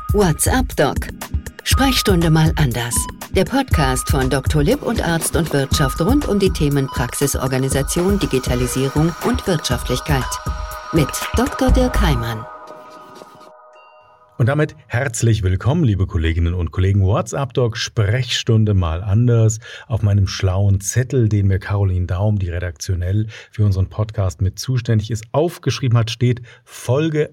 What's up, Doc? Sprechstunde mal anders. Der Podcast von Dr. Lipp und Arzt und Wirtschaft rund um die Themen Praxisorganisation, Digitalisierung und Wirtschaftlichkeit. Mit Dr. Dirk Heimann. Und damit herzlich willkommen, liebe Kolleginnen und Kollegen. What's up, Doc? Sprechstunde mal anders. Auf meinem schlauen Zettel, den mir Caroline Daum, die redaktionell für unseren Podcast mit zuständig ist, aufgeschrieben hat, steht Folge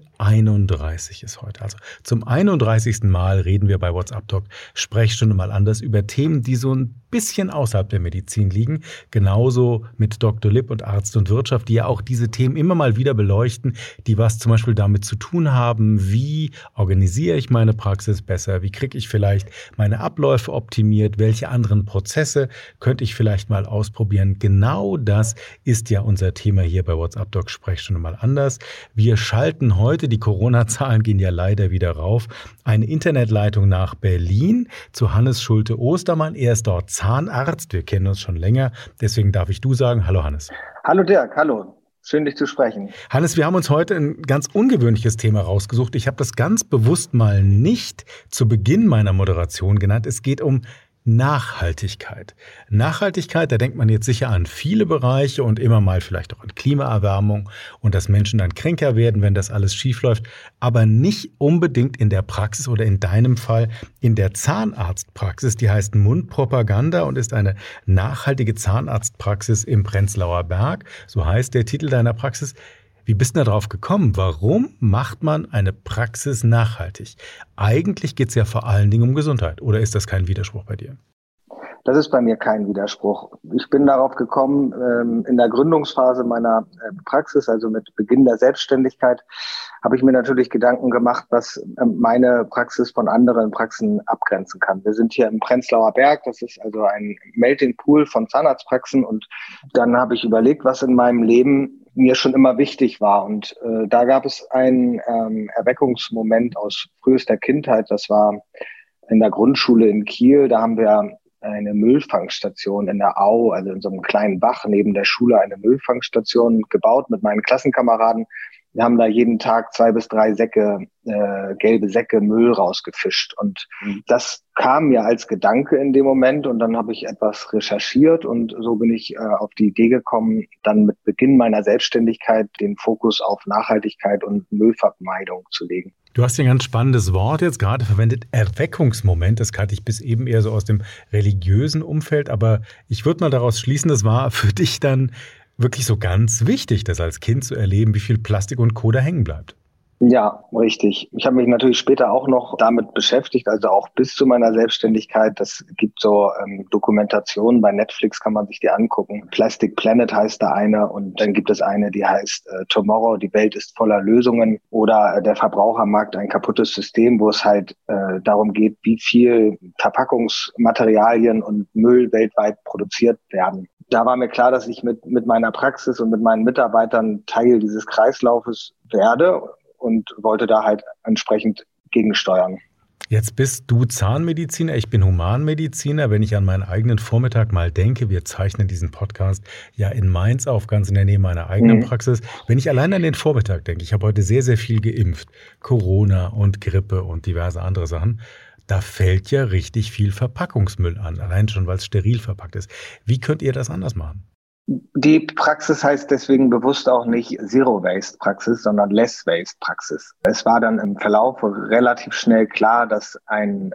31 ist heute. Also zum 31. Mal reden wir bei What's up, Doc? Sprechstunde mal anders über Themen, die so ein bisschen außerhalb der Medizin liegen. Genauso mit Dr. Lipp und Arzt und Wirtschaft, die ja auch diese Themen immer mal wieder beleuchten, die was zum Beispiel damit zu tun haben, wie organisiere ich meine Praxis besser, wie kriege ich vielleicht meine Abläufe optimiert, welche anderen Prozesse könnte ich vielleicht mal ausprobieren. Genau das ist ja unser Thema hier bei What's up, Doc? Sprechstunde mal anders. Wir schalten heute, die Corona-Zahlen gehen ja leider wieder rauf, eine Internetleitung nach Berlin zu Hannes Schulte-Ostermann. Er ist dort Zahnarzt, wir kennen uns schon länger, deswegen darf ich du sagen. Hallo Hannes. Hallo Dirk, hallo. Schön, dich zu sprechen. Hannes, wir haben uns heute ein ganz ungewöhnliches Thema rausgesucht. Ich habe das ganz bewusst mal nicht zu Beginn meiner Moderation genannt. Es geht um Nachhaltigkeit. Nachhaltigkeit, da denkt man jetzt sicher an viele Bereiche und immer mal vielleicht auch an Klimaerwärmung und dass Menschen dann kränker werden, wenn das alles schief läuft, aber nicht unbedingt in der Praxis oder in deinem Fall in der Zahnarztpraxis. Die heißt Mundpropaganda und ist eine nachhaltige Zahnarztpraxis im Prenzlauer Berg. So heißt der Titel deiner Praxis. Wie bist du da drauf gekommen? Warum macht man eine Praxis nachhaltig? Eigentlich geht es ja vor allen Dingen um Gesundheit. Oder ist das kein Widerspruch bei dir? Das ist bei mir kein Widerspruch. Ich bin darauf gekommen, in der Gründungsphase meiner Praxis, also mit Beginn der Selbstständigkeit, habe ich mir natürlich Gedanken gemacht, was meine Praxis von anderen Praxen abgrenzen kann. Wir sind hier im Prenzlauer Berg, das ist also ein Melting Pool von Zahnarztpraxen, und dann habe ich überlegt, was in meinem Leben mir schon immer wichtig war. Und da gab es einen Erweckungsmoment aus frühester Kindheit. Das war in der Grundschule in Kiel. Da haben wir eine Müllfangstation in der Au, also in so einem kleinen Bach neben der Schule, eine Müllfangstation gebaut mit meinen Klassenkameraden. Wir haben da jeden Tag 2 bis 3 Säcke, gelbe Säcke Müll rausgefischt. Und das kam mir als Gedanke in dem Moment, und dann habe ich etwas recherchiert, und so bin ich auf die Idee gekommen, dann mit Beginn meiner Selbstständigkeit den Fokus auf Nachhaltigkeit und Müllvermeidung zu legen. Du hast ja ein ganz spannendes Wort jetzt gerade verwendet, Erweckungsmoment. Das kannte ich bis eben eher so aus dem religiösen Umfeld, aber ich würde mal daraus schließen, das war für dich dann wirklich so ganz wichtig, das als Kind zu erleben, wie viel Plastik und Co. da hängen bleibt. Ja, richtig. Ich habe mich natürlich später auch noch damit beschäftigt, also auch bis zu meiner Selbstständigkeit. Das gibt so Dokumentationen, bei Netflix kann man sich die angucken. Plastic Planet heißt da eine, und dann gibt es eine, die heißt Tomorrow, die Welt ist voller Lösungen, oder der Verbrauchermarkt, ein kaputtes System, wo es halt darum geht, wie viel Verpackungsmaterialien und Müll weltweit produziert werden. Da war mir klar, dass ich mit meiner Praxis und mit meinen Mitarbeitern Teil dieses Kreislaufes werde, und wollte da halt entsprechend gegensteuern. Jetzt bist du Zahnmediziner, ich bin Humanmediziner. Wenn ich an meinen eigenen Vormittag mal denke, wir zeichnen diesen Podcast ja in Mainz auf, ganz in der Nähe meiner eigenen Praxis. Wenn ich allein an den Vormittag denke, ich habe heute sehr, sehr viel geimpft, Corona und Grippe und diverse andere Sachen, da fällt ja richtig viel Verpackungsmüll an, allein schon, weil es steril verpackt ist. Wie könnt ihr das anders machen? Die Praxis heißt deswegen bewusst auch nicht Zero-Waste-Praxis, sondern Less-Waste-Praxis. Es war dann im Verlauf relativ schnell klar, dass ein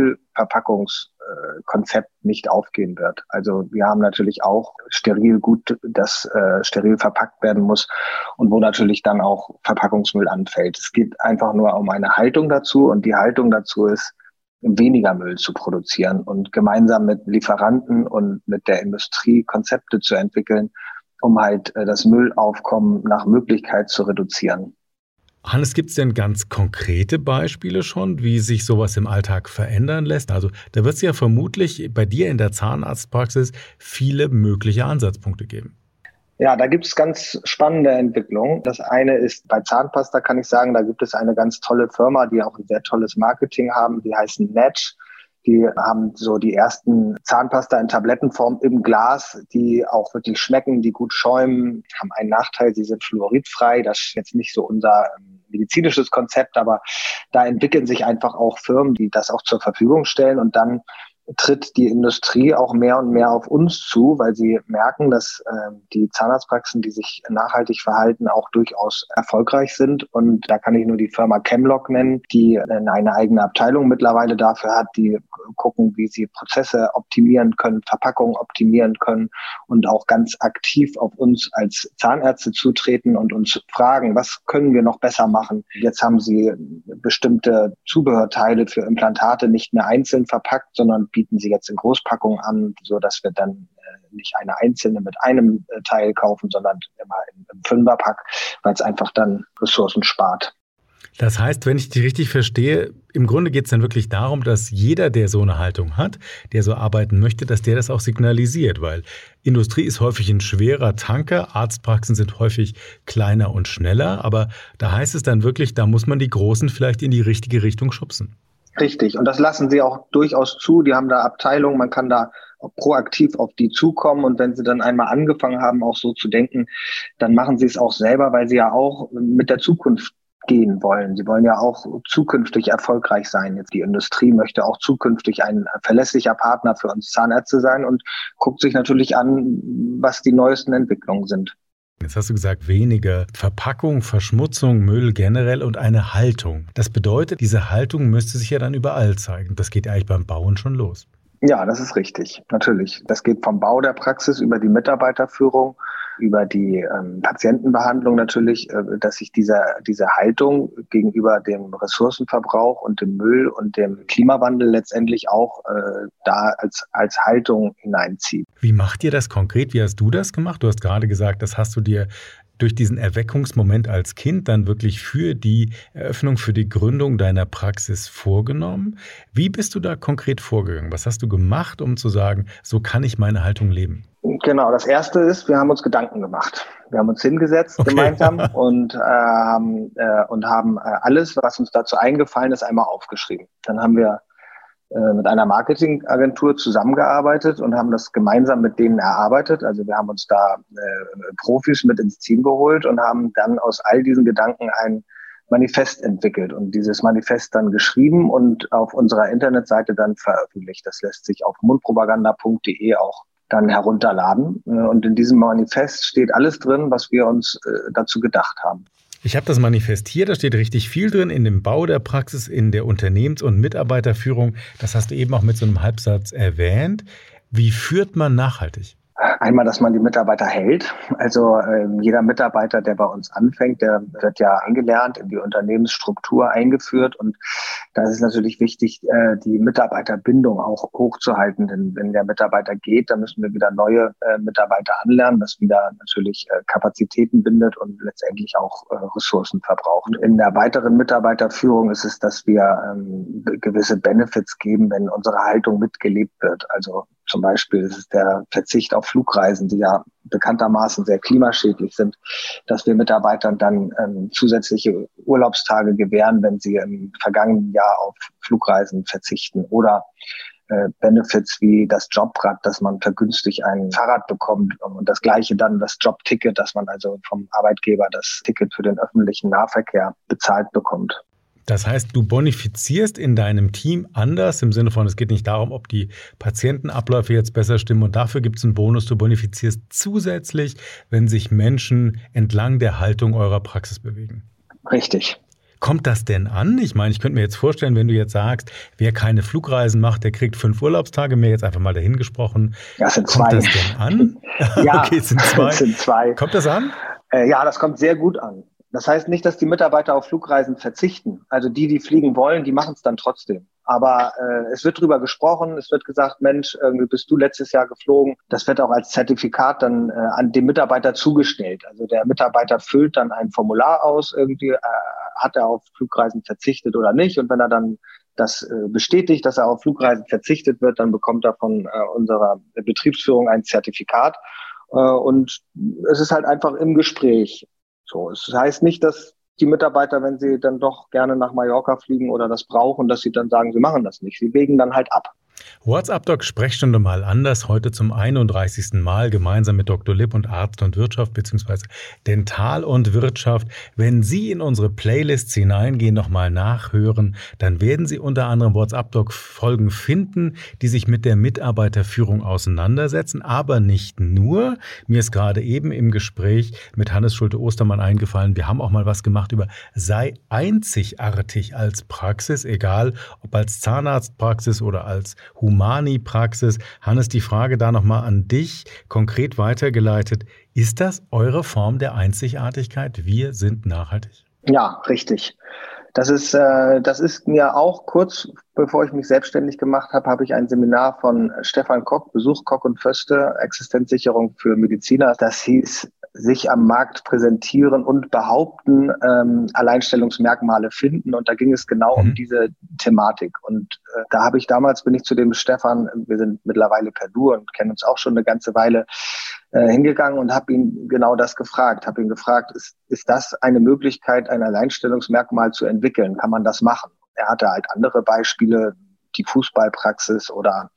Null-Verpackungskonzept nicht aufgehen wird. Also wir haben natürlich auch steril gut, das steril verpackt werden muss, und wo natürlich dann auch Verpackungsmüll anfällt. Es geht einfach nur um eine Haltung dazu, und die Haltung dazu ist, weniger Müll zu produzieren und gemeinsam mit Lieferanten und mit der Industrie Konzepte zu entwickeln, um halt das Müllaufkommen nach Möglichkeit zu reduzieren. Hannes, gibt es denn ganz konkrete Beispiele schon, wie sich sowas im Alltag verändern lässt? Also da wird es ja vermutlich bei dir in der Zahnarztpraxis viele mögliche Ansatzpunkte geben. Ja, da gibt es ganz spannende Entwicklungen. Das eine ist, bei Zahnpasta kann ich sagen, da gibt es eine ganz tolle Firma, die auch ein sehr tolles Marketing haben, die heißen Netsch. Die haben so die ersten Zahnpasta in Tablettenform im Glas, die auch wirklich schmecken, die gut schäumen, haben einen Nachteil, sie sind fluoridfrei. Das ist jetzt nicht so unser medizinisches Konzept, aber da entwickeln sich einfach auch Firmen, die das auch zur Verfügung stellen, und dann tritt die Industrie auch mehr und mehr auf uns zu, weil sie merken, dass die Zahnarztpraxen, die sich nachhaltig verhalten, auch durchaus erfolgreich sind. Und da kann ich nur die Firma Chemlock nennen, die eine eigene Abteilung mittlerweile dafür hat, die gucken, wie sie Prozesse optimieren können, Verpackungen optimieren können und auch ganz aktiv auf uns als Zahnärzte zutreten und uns fragen, was können wir noch besser machen? Jetzt haben sie bestimmte Zubehörteile für Implantate nicht mehr einzeln verpackt, sondern bieten sie jetzt in Großpackungen an, so dass wir dann nicht eine einzelne mit einem Teil kaufen, sondern immer im Fünferpack, weil es einfach dann Ressourcen spart. Das heißt, wenn ich dich richtig verstehe, im Grunde geht es dann wirklich darum, dass jeder, der so eine Haltung hat, der so arbeiten möchte, dass der das auch signalisiert, weil Industrie ist häufig ein schwerer Tanker, Arztpraxen sind häufig kleiner und schneller, aber da heißt es dann wirklich, da muss man die Großen vielleicht in die richtige Richtung schubsen. Richtig, und das lassen sie auch durchaus zu. Die haben da Abteilungen, man kann da auch proaktiv auf die zukommen, und wenn sie dann einmal angefangen haben, auch so zu denken, dann machen sie es auch selber, weil sie ja auch mit der Zukunft gehen wollen. Sie wollen ja auch zukünftig erfolgreich sein. Jetzt die Industrie möchte auch zukünftig ein verlässlicher Partner für uns Zahnärzte sein und guckt sich natürlich an, was die neuesten Entwicklungen sind. Jetzt hast du gesagt, weniger Verpackung, Verschmutzung, Müll generell und eine Haltung. Das bedeutet, diese Haltung müsste sich ja dann überall zeigen. Das geht eigentlich beim Bauen schon los. Ja, das ist richtig, natürlich. Das geht vom Bau der Praxis über die Mitarbeiterführung, über die Patientenbehandlung natürlich, dass sich diese Haltung gegenüber dem Ressourcenverbrauch und dem Müll und dem Klimawandel letztendlich auch da als Haltung hineinzieht. Wie macht ihr das konkret? Wie hast du das gemacht? Du hast gerade gesagt, das hast du dir durch diesen Erweckungsmoment als Kind dann wirklich für die Eröffnung, für die Gründung deiner Praxis vorgenommen. Wie bist du da konkret vorgegangen? Was hast du gemacht, um zu sagen, so kann ich meine Haltung leben? Genau, das Erste ist, wir haben uns Gedanken gemacht. Wir haben uns hingesetzt gemeinsam und haben alles, was uns dazu eingefallen ist, einmal aufgeschrieben. Dann haben wir mit einer Marketingagentur zusammengearbeitet und haben das gemeinsam mit denen erarbeitet. Also wir haben uns da Profis mit ins Team geholt und haben dann aus all diesen Gedanken ein Manifest entwickelt und dieses Manifest dann geschrieben und auf unserer Internetseite dann veröffentlicht. Das lässt sich auf mundpropaganda.de auch dann herunterladen. Und in diesem Manifest steht alles drin, was wir uns dazu gedacht haben. Ich habe das Manifest hier, da steht richtig viel drin, in dem Bau der Praxis, in der Unternehmens- und Mitarbeiterführung. Das hast du eben auch mit so einem Halbsatz erwähnt. Wie führt man nachhaltig? Einmal, dass man die Mitarbeiter hält. Also jeder Mitarbeiter, der bei uns anfängt, der wird ja eingelernt, in die Unternehmensstruktur eingeführt. Und da ist es natürlich wichtig, die Mitarbeiterbindung auch hochzuhalten. Denn wenn der Mitarbeiter geht, dann müssen wir wieder neue Mitarbeiter anlernen, das wieder natürlich Kapazitäten bindet und letztendlich auch Ressourcen verbraucht. In der weiteren Mitarbeiterführung ist es, dass wir gewisse Benefits geben, wenn unsere Haltung mitgelebt wird. Also zum Beispiel ist es der Verzicht auf Flugreisen, die ja bekanntermaßen sehr klimaschädlich sind, dass wir Mitarbeitern dann zusätzliche Urlaubstage gewähren, wenn sie im vergangenen Jahr auf Flugreisen verzichten, oder Benefits wie das Jobrad, dass man vergünstigt ein Fahrrad bekommt, und das Gleiche dann das Jobticket, dass man also vom Arbeitgeber das Ticket für den öffentlichen Nahverkehr bezahlt bekommt. Das heißt, du bonifizierst in deinem Team anders, im Sinne von, es geht nicht darum, ob die Patientenabläufe jetzt besser stimmen und dafür gibt es einen Bonus. Du bonifizierst zusätzlich, wenn sich Menschen entlang der Haltung eurer Praxis bewegen. Richtig. Kommt das denn an? Ich meine, ich könnte mir jetzt vorstellen, wenn du jetzt sagst, wer keine Flugreisen macht, der kriegt 5 Urlaubstage, mir jetzt einfach mal dahin gesprochen. Ja, es sind Kommt 2. das denn an? Ja, okay, es sind 2. Es sind 2. Kommt das an? Ja, das kommt sehr gut an. Das heißt nicht, dass die Mitarbeiter auf Flugreisen verzichten. Also die fliegen wollen, die machen es dann trotzdem. Aber es wird drüber gesprochen, es wird gesagt, Mensch, irgendwie bist du letztes Jahr geflogen. Das wird auch als Zertifikat dann an den Mitarbeiter zugestellt. Also der Mitarbeiter füllt dann ein Formular aus, irgendwie hat er auf Flugreisen verzichtet oder nicht. Und wenn er dann das bestätigt, dass er auf Flugreisen verzichtet wird, dann bekommt er von unserer Betriebsführung ein Zertifikat. Und es ist halt einfach im Gespräch. So, es heißt nicht, dass die Mitarbeiter, wenn sie dann doch gerne nach Mallorca fliegen oder das brauchen, dass sie dann sagen, sie machen das nicht. Sie wägen dann halt ab. WhatsApp-Doc Sprechstunde mal anders, heute zum 31. Mal gemeinsam mit Dr. Lipp und Arzt und Wirtschaft bzw. Dental und Wirtschaft. Wenn Sie in unsere Playlists hineingehen, nochmal nachhören, dann werden Sie unter anderem WhatsApp-Doc-Folgen finden, die sich mit der Mitarbeiterführung auseinandersetzen, aber nicht nur. Mir ist gerade eben im Gespräch mit Hannes Schulte-Ostermann eingefallen, wir haben auch mal was gemacht über sei einzigartig als Praxis, egal ob als Zahnarztpraxis oder als Humani-Praxis. Hannes, die Frage da nochmal an dich, konkret weitergeleitet. Ist das eure Form der Einzigartigkeit? Wir sind nachhaltig. Ja, richtig. Das ist mir auch kurz bevor ich mich selbstständig gemacht habe, ich ein Seminar von Stefan Koch, Besuch Koch und Förster, Existenzsicherung für Mediziner. Das hieß, sich am Markt präsentieren und behaupten, Alleinstellungsmerkmale finden. Und da ging es genau um diese Thematik. Und bin ich zu dem Stefan, wir sind mittlerweile per Du und kennen uns auch schon eine ganze Weile, hingegangen und habe ihn genau das gefragt. Habe ihn gefragt, ist das eine Möglichkeit, ein Alleinstellungsmerkmal zu entwickeln? Kann man das machen? Er hatte halt andere Beispiele, die Fußballpraxis oder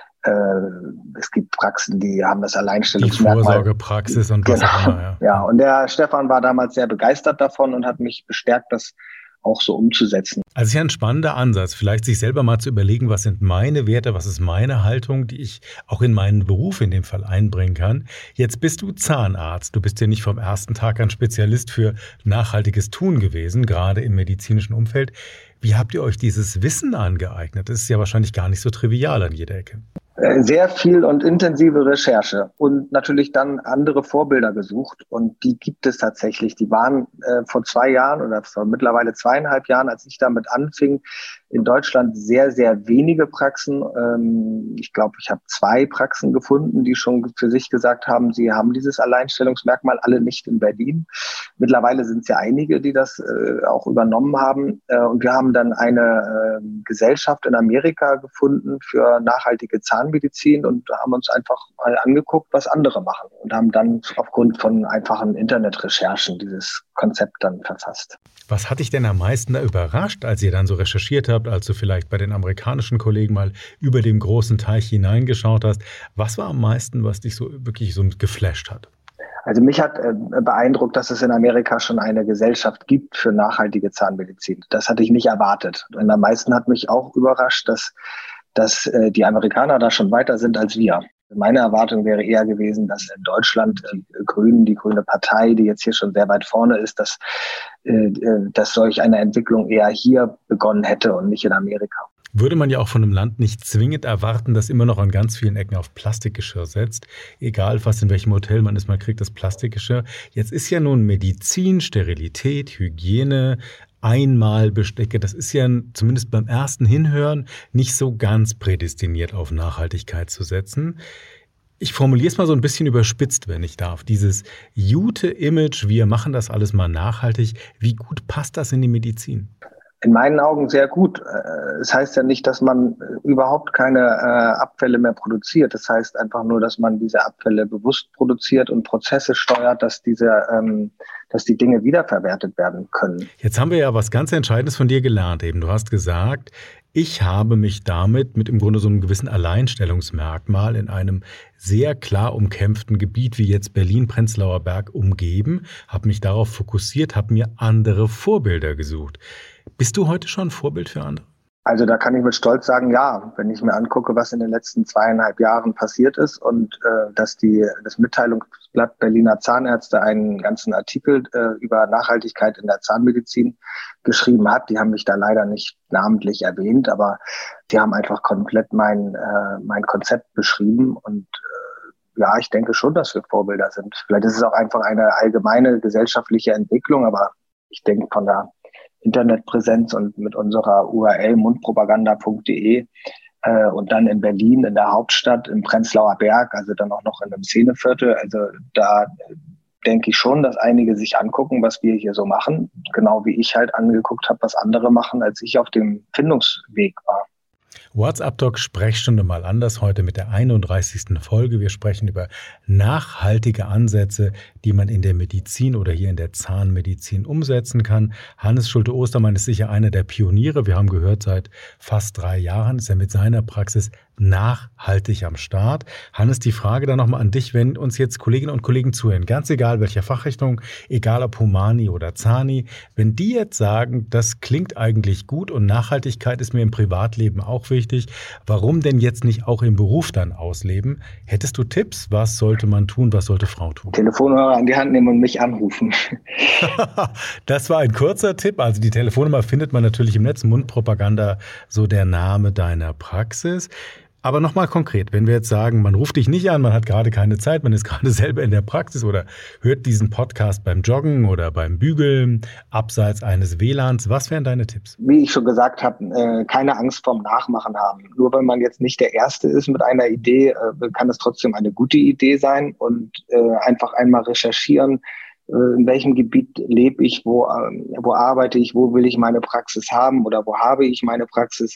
es gibt Praxen, die haben das Alleinstellungsmerkmal. Die Vorsorgepraxis und was auch immer. Ja, und der Stefan war damals sehr begeistert davon und hat mich bestärkt, das auch so umzusetzen. Also es ist ja ein spannender Ansatz, vielleicht sich selber mal zu überlegen, was sind meine Werte, was ist meine Haltung, die ich auch in meinen Beruf in dem Fall einbringen kann. Jetzt bist du Zahnarzt, du bist ja nicht vom ersten Tag an Spezialist für nachhaltiges Tun gewesen, gerade im medizinischen Umfeld. Wie habt ihr euch dieses Wissen angeeignet? Das ist ja wahrscheinlich gar nicht so trivial an jeder Ecke. Sehr viel und intensive Recherche und natürlich dann andere Vorbilder gesucht und die gibt es tatsächlich. Die waren vor 2 Jahren oder vor mittlerweile 2,5 Jahren, als ich damit anfing, in Deutschland sehr, sehr wenige Praxen. Ich glaube, ich habe 2 Praxen gefunden, die schon für sich gesagt haben, sie haben dieses Alleinstellungsmerkmal, alle nicht in Berlin. Mittlerweile sind es ja einige, die das auch übernommen haben. Und wir haben dann eine Gesellschaft in Amerika gefunden für nachhaltige Zahnmedizin und haben uns einfach mal angeguckt, was andere machen und haben dann aufgrund von einfachen Internetrecherchen dieses Konzept dann verfasst. Was hat dich denn am meisten da überrascht, als ihr dann so recherchiert habt, als du vielleicht bei den amerikanischen Kollegen mal über dem großen Teich hineingeschaut hast? Was war am meisten, was dich so wirklich so geflasht hat? Also mich hat beeindruckt, dass es in Amerika schon eine Gesellschaft gibt für nachhaltige Zahnmedizin. Das hatte ich nicht erwartet. Und am meisten hat mich auch überrascht, dass die Amerikaner da schon weiter sind als wir. Meine Erwartung wäre eher gewesen, dass in Deutschland die Grünen, die Grüne Partei, die jetzt hier schon sehr weit vorne ist, dass solch eine Entwicklung eher hier begonnen hätte und nicht in Amerika. Würde man ja auch von einem Land nicht zwingend erwarten, das immer noch an ganz vielen Ecken auf Plastikgeschirr setzt. Egal fast in welchem Hotel man ist, man kriegt das Plastikgeschirr. Jetzt ist ja nun Medizin, Sterilität, Hygiene, Einmalbestecke, das ist ja zumindest beim ersten Hinhören nicht so ganz prädestiniert auf Nachhaltigkeit zu setzen. Ich formuliere es mal so ein bisschen überspitzt, wenn ich darf. Dieses Jute-Image, wir machen das alles mal nachhaltig, wie gut passt das in die Medizin? In meinen Augen sehr gut. Es heißt ja nicht, dass man überhaupt keine Abfälle mehr produziert. Das heißt einfach nur, dass man diese Abfälle bewusst produziert und Prozesse steuert, dass die Dinge wiederverwertet werden können. Jetzt haben wir ja was ganz Entscheidendes von dir gelernt eben. Du hast gesagt, ich habe mich damit mit im Grunde so einem gewissen Alleinstellungsmerkmal in einem sehr klar umkämpften Gebiet wie jetzt Berlin-Prenzlauer Berg umgeben, habe mich darauf fokussiert, habe mir andere Vorbilder gesucht. Bist du heute schon ein Vorbild für andere? Also da kann ich mit Stolz sagen, ja, wenn ich mir angucke, was in den letzten 2,5 Jahren passiert ist und dass das Mitteilungsblatt Berliner Zahnärzte einen ganzen Artikel über Nachhaltigkeit in der Zahnmedizin geschrieben hat. Die haben mich da leider nicht namentlich erwähnt, aber die haben einfach komplett mein Konzept beschrieben und ja, ich denke schon, dass wir Vorbilder sind. Vielleicht ist es auch einfach eine allgemeine gesellschaftliche Entwicklung, aber ich denke von der Internetpräsenz und mit unserer URL mundpropaganda.de und dann in Berlin, in der Hauptstadt, im Prenzlauer Berg, also dann auch noch in einem Szeneviertel. Also da denke ich schon, dass einige sich angucken, was wir hier so machen, genau wie ich halt angeguckt habe, was andere machen, als ich auf dem Findungsweg war. WhatsApp-Doc Sprechstunde mal anders, heute mit der 31. Folge. Wir sprechen über nachhaltige Ansätze, die man in der Medizin oder hier in der Zahnmedizin umsetzen kann. Hannes Schulte-Ostermann ist sicher einer der Pioniere. Wir haben gehört, seit fast 3 Jahren ist er mit seiner Praxis nachhaltig am Start. Hannes, die Frage dann nochmal an dich, wenn uns jetzt Kolleginnen und Kollegen zuhören, ganz egal welcher Fachrichtung, egal ob Humani oder Zani, wenn die jetzt sagen, das klingt eigentlich gut und Nachhaltigkeit ist mir im Privatleben auch wichtig, warum denn jetzt nicht auch im Beruf dann ausleben? Hättest du Tipps? Was sollte man tun, was sollte Frau tun? Telefonhörer in die Hand nehmen und mich anrufen. Das war ein kurzer Tipp. Also die Telefonnummer findet man natürlich im Netz. Mundpropaganda, so der Name deiner Praxis. Aber nochmal konkret, wenn wir jetzt sagen, man ruft dich nicht an, man hat gerade keine Zeit, man ist gerade selber in der Praxis oder hört diesen Podcast beim Joggen oder beim Bügeln, abseits eines WLANs. Was wären deine Tipps? Wie ich schon gesagt habe, keine Angst vorm Nachmachen haben. Nur weil man jetzt nicht der Erste ist mit einer Idee, kann es trotzdem eine gute Idee sein und einfach einmal recherchieren, in welchem Gebiet lebe ich, wo arbeite ich, wo will ich meine Praxis haben oder wo habe ich meine Praxis.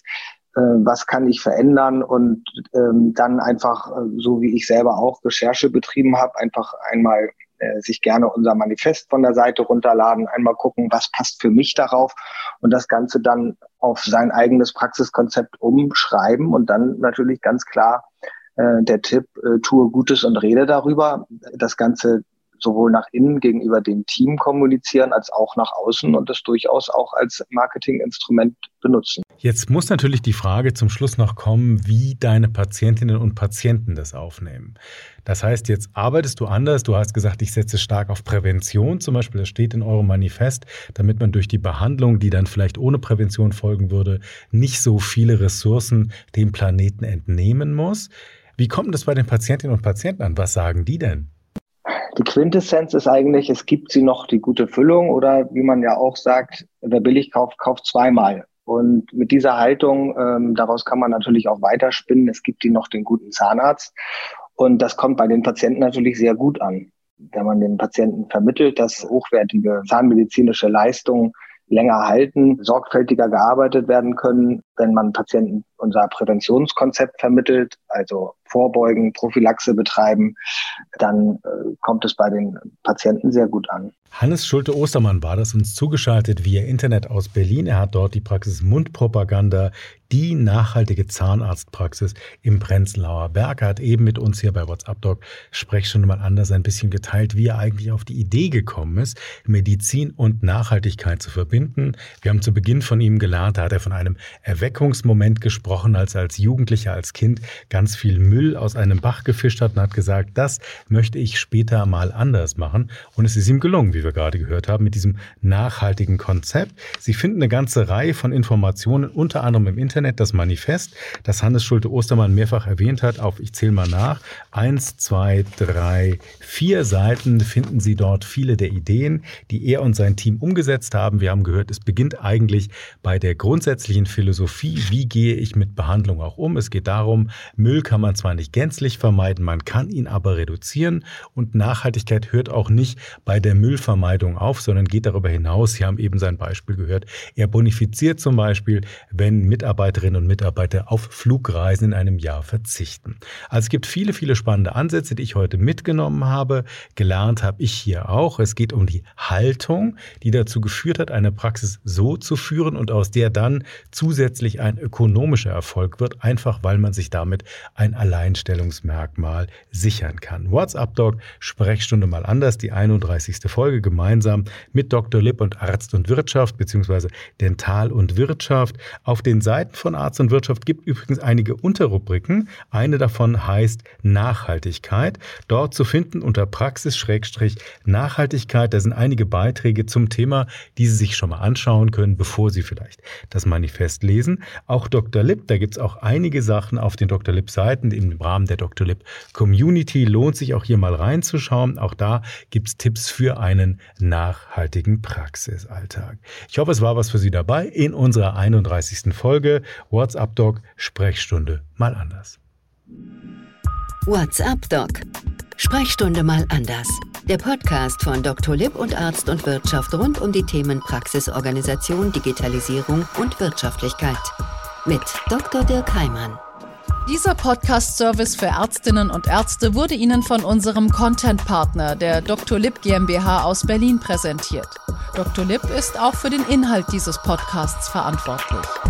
Was kann ich verändern und dann einfach, so wie ich selber auch Recherche betrieben habe, einfach einmal sich gerne unser Manifest von der Seite runterladen, einmal gucken, was passt für mich darauf und das Ganze dann auf sein eigenes Praxiskonzept umschreiben und dann natürlich ganz klar der Tipp, tue Gutes und rede darüber. Das Ganze sowohl nach innen gegenüber dem Team kommunizieren, als auch nach außen und das durchaus auch als Marketinginstrument benutzen. Jetzt muss natürlich die Frage zum Schluss noch kommen, wie deine Patientinnen und Patienten das aufnehmen. Das heißt, jetzt arbeitest du anders. Du hast gesagt, ich setze stark auf Prävention zum Beispiel. Das steht in eurem Manifest, damit man durch die Behandlung, die dann vielleicht ohne Prävention folgen würde, nicht so viele Ressourcen dem Planeten entnehmen muss. Wie kommt das bei den Patientinnen und Patienten an? Was sagen die denn? Die Quintessenz ist eigentlich, es gibt sie noch die gute Füllung oder wie man ja auch sagt, wer billig kauft, kauft zweimal. Und mit dieser Haltung, daraus kann man natürlich auch weiterspinnen, es gibt die noch den guten Zahnarzt. Und das kommt bei den Patienten natürlich sehr gut an. Wenn man den Patienten vermittelt, dass hochwertige zahnmedizinische Leistungen länger halten, sorgfältiger gearbeitet werden können, wenn man Patienten unser Präventionskonzept vermittelt, also vorbeugen, Prophylaxe betreiben, dann kommt es bei den Patienten sehr gut an. Hannes Schulte-Ostermann war das, uns zugeschaltet via Internet aus Berlin. Er hat dort die Praxis Mundpropaganda, die nachhaltige Zahnarztpraxis im Prenzlauer Berg. Er hat eben mit uns hier bei WhatsApp Doc Sprechstunde mal anders ein bisschen geteilt, wie er eigentlich auf die Idee gekommen ist, Medizin und Nachhaltigkeit zu verbinden. Wir haben zu Beginn von ihm gelernt, da hat er von einem Erweckungsmoment gesprochen, als Jugendlicher, als Kind ganz viel Müll aus einem Bach gefischt hat und hat gesagt, das möchte ich später mal anders machen. Und es ist ihm gelungen, wie wir gerade gehört haben, mit diesem nachhaltigen Konzept. Sie finden eine ganze Reihe von Informationen, unter anderem im Internet, das Manifest, das Hannes Schulte-Ostermann mehrfach erwähnt hat, auf, ich zähle mal nach, 1, 2, 3, 4 Seiten finden Sie dort viele der Ideen, die er und sein Team umgesetzt haben. Wir haben gehört, es beginnt eigentlich bei der grundsätzlichen Philosophie, wie gehe ich mit Behandlung auch um. Es geht darum, Müll kann man zwar nicht gänzlich vermeiden, man kann ihn aber reduzieren und Nachhaltigkeit hört auch nicht bei der Müllvermeidung auf, sondern geht darüber hinaus. Sie haben eben sein Beispiel gehört. Er bonifiziert zum Beispiel, wenn Mitarbeiterinnen und Mitarbeiter auf Flugreisen in einem Jahr verzichten. Also es gibt viele, viele spannende Ansätze, die ich heute mitgenommen habe. Gelernt habe ich hier auch. Es geht um die Haltung, die dazu geführt hat, eine Praxis so zu führen und aus der dann zusätzlich ein ökonomischer Erfolg wird, einfach weil man sich damit ein Alleinstellungsmerkmal sichern kann. WhatsApp Doc, Sprechstunde mal anders, die 31. Folge gemeinsam mit Dr. Lipp und Arzt und Wirtschaft bzw. Dental und Wirtschaft. Auf den Seiten von Arzt und Wirtschaft gibt übrigens einige Unterrubriken. Eine davon heißt Nachhaltigkeit. Dort zu finden unter Praxis-Nachhaltigkeit. Da sind einige Beiträge zum Thema, die Sie sich schon mal anschauen können, bevor Sie vielleicht das Manifest lesen. Auch Dr. Lipp, da gibt es auch einige Sachen auf den Dr. Lipp-Seiten. Im Rahmen der Dr. Lipp Community lohnt sich auch hier mal reinzuschauen. Auch da gibt es Tipps für einen nachhaltigen Praxisalltag. Ich hoffe, es war was für Sie dabei in unserer 31. Folge WhatsApp Doc Sprechstunde mal anders. WhatsApp Doc Sprechstunde mal anders. Der Podcast von Dr. Lipp und Arzt und Wirtschaft rund um die Themen Praxisorganisation, Digitalisierung und Wirtschaftlichkeit. Mit Dr. Dirk Heimann. Dieser Podcast-Service für Ärztinnen und Ärzte wurde Ihnen von unserem Content-Partner, der Dr. Lipp GmbH aus Berlin, präsentiert. Dr. Lipp ist auch für den Inhalt dieses Podcasts verantwortlich.